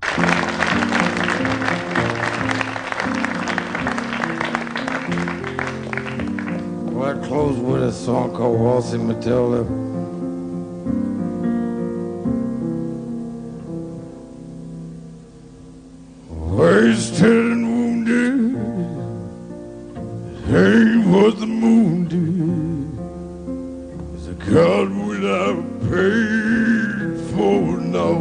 Well, I close with a song called Waltzing Matilda. Wasted and wounded, ain't what the moon did. It's a God without paid for now.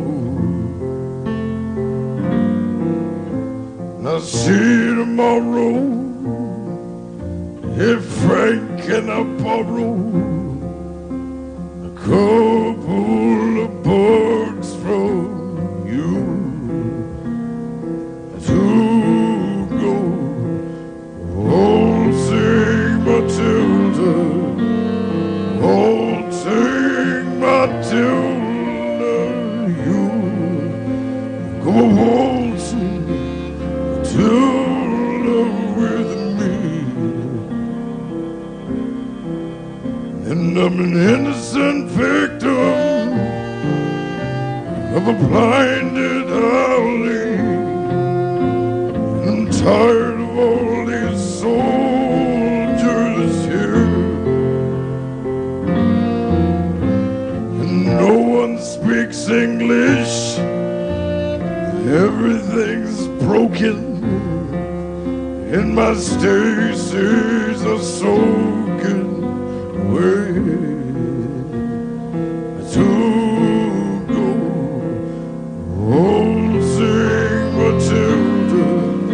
Now see tomorrow, if Frank can I borrow a couple of bucks from you to go waltzing Matilda, waltzing Come on, waltzing Matilda with me. And I'm an innocent victim of a blinded alley. I'm tired of all these soldiers here, and no one speaks English. Everything's broken, and my stations are soaking away. To go waltzing Matilda,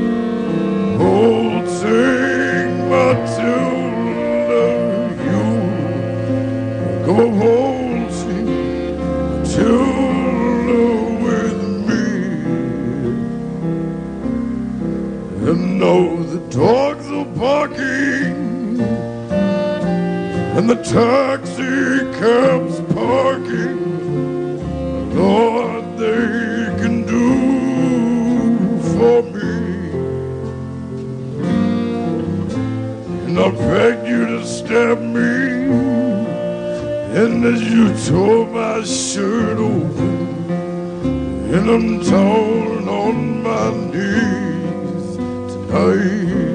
waltzing Matilda, you go waltzing Matilda with me. And now the dogs are barking, and the taxi cabs parking. Lord, they can do for me. And I begged you to stab me, and as you tore my shirt open, and I'm down on my knees tonight.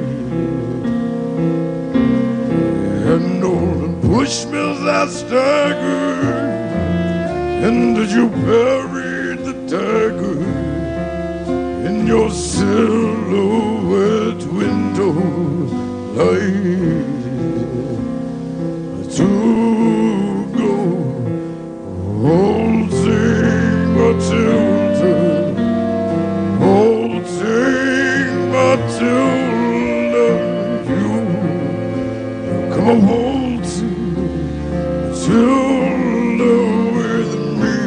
And all the Bushmills I staggered, and as you buried the dagger in your silhouette window light. To go waltzing Matilda, waltzing Matilda, you come on waltzing Matilda with me.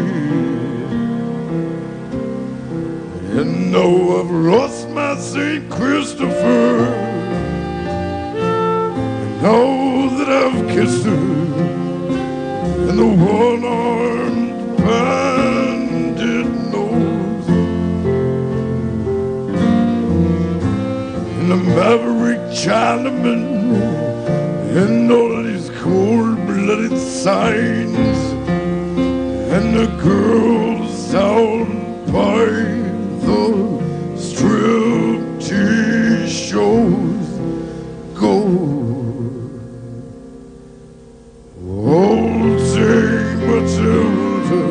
And now I've lost my St. Christopher, and now that I've kissed her, and the one-armed bandit knows, and the maverick Chinaman, and all these cold-blooded signs, and the girls down by the striptease shows go waltzing Matilda,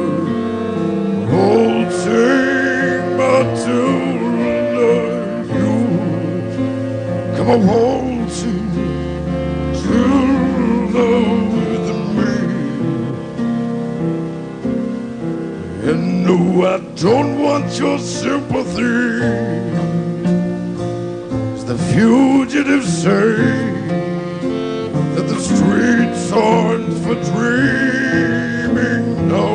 waltzing Matilda, you come on waltzing Matilda with me. And no, I don't want your sympathy, as the fugitives say that the streets aren't for dreaming now.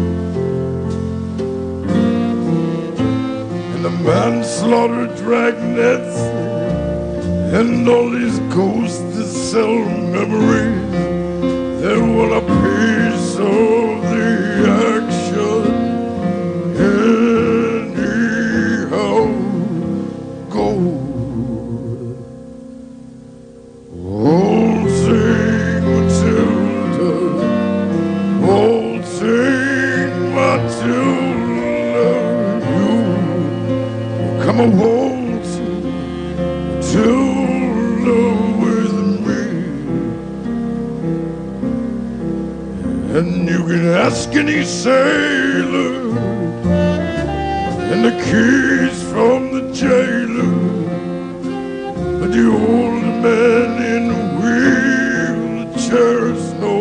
And the manslaughter dragnets and all these ghosts that sell memories, they want a piece of the action anyhow. Go waltzing Matilda, waltzing Matilda, you come on waltzing Matilda with me. And you can ask any sailor, and the keys from the jailer, but the old man in wheelchairs know.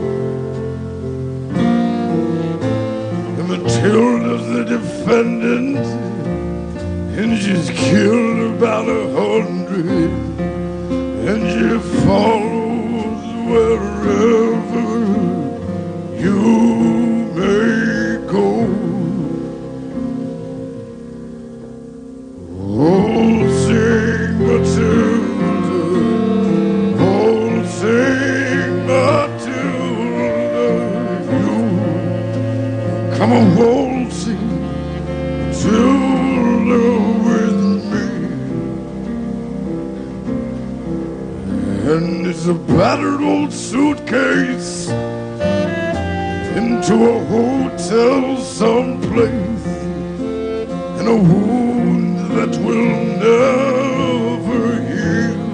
And Matilda's the defendant, and she's killed about 100, and she follows wherever you may go. Waltzing Matilda, waltzing Matilda, you come on waltzing Matilda. a battered old suitcase into a hotel someplace, and a wound that will never heal.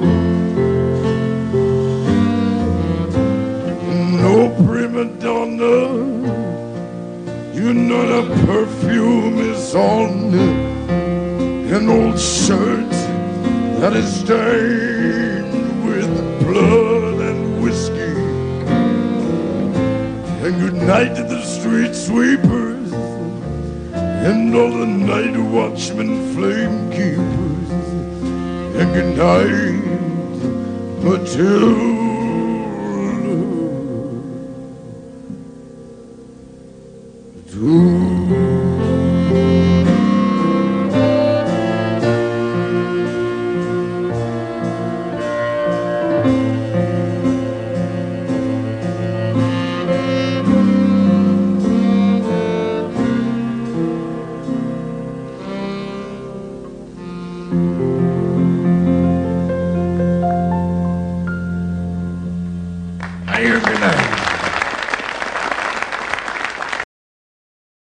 No prima donna, you know the perfume is on an old shirt that is stained with blood and whiskey. And good night to the street sweepers and all the night watchmen, flame keepers. And good night, Matilda.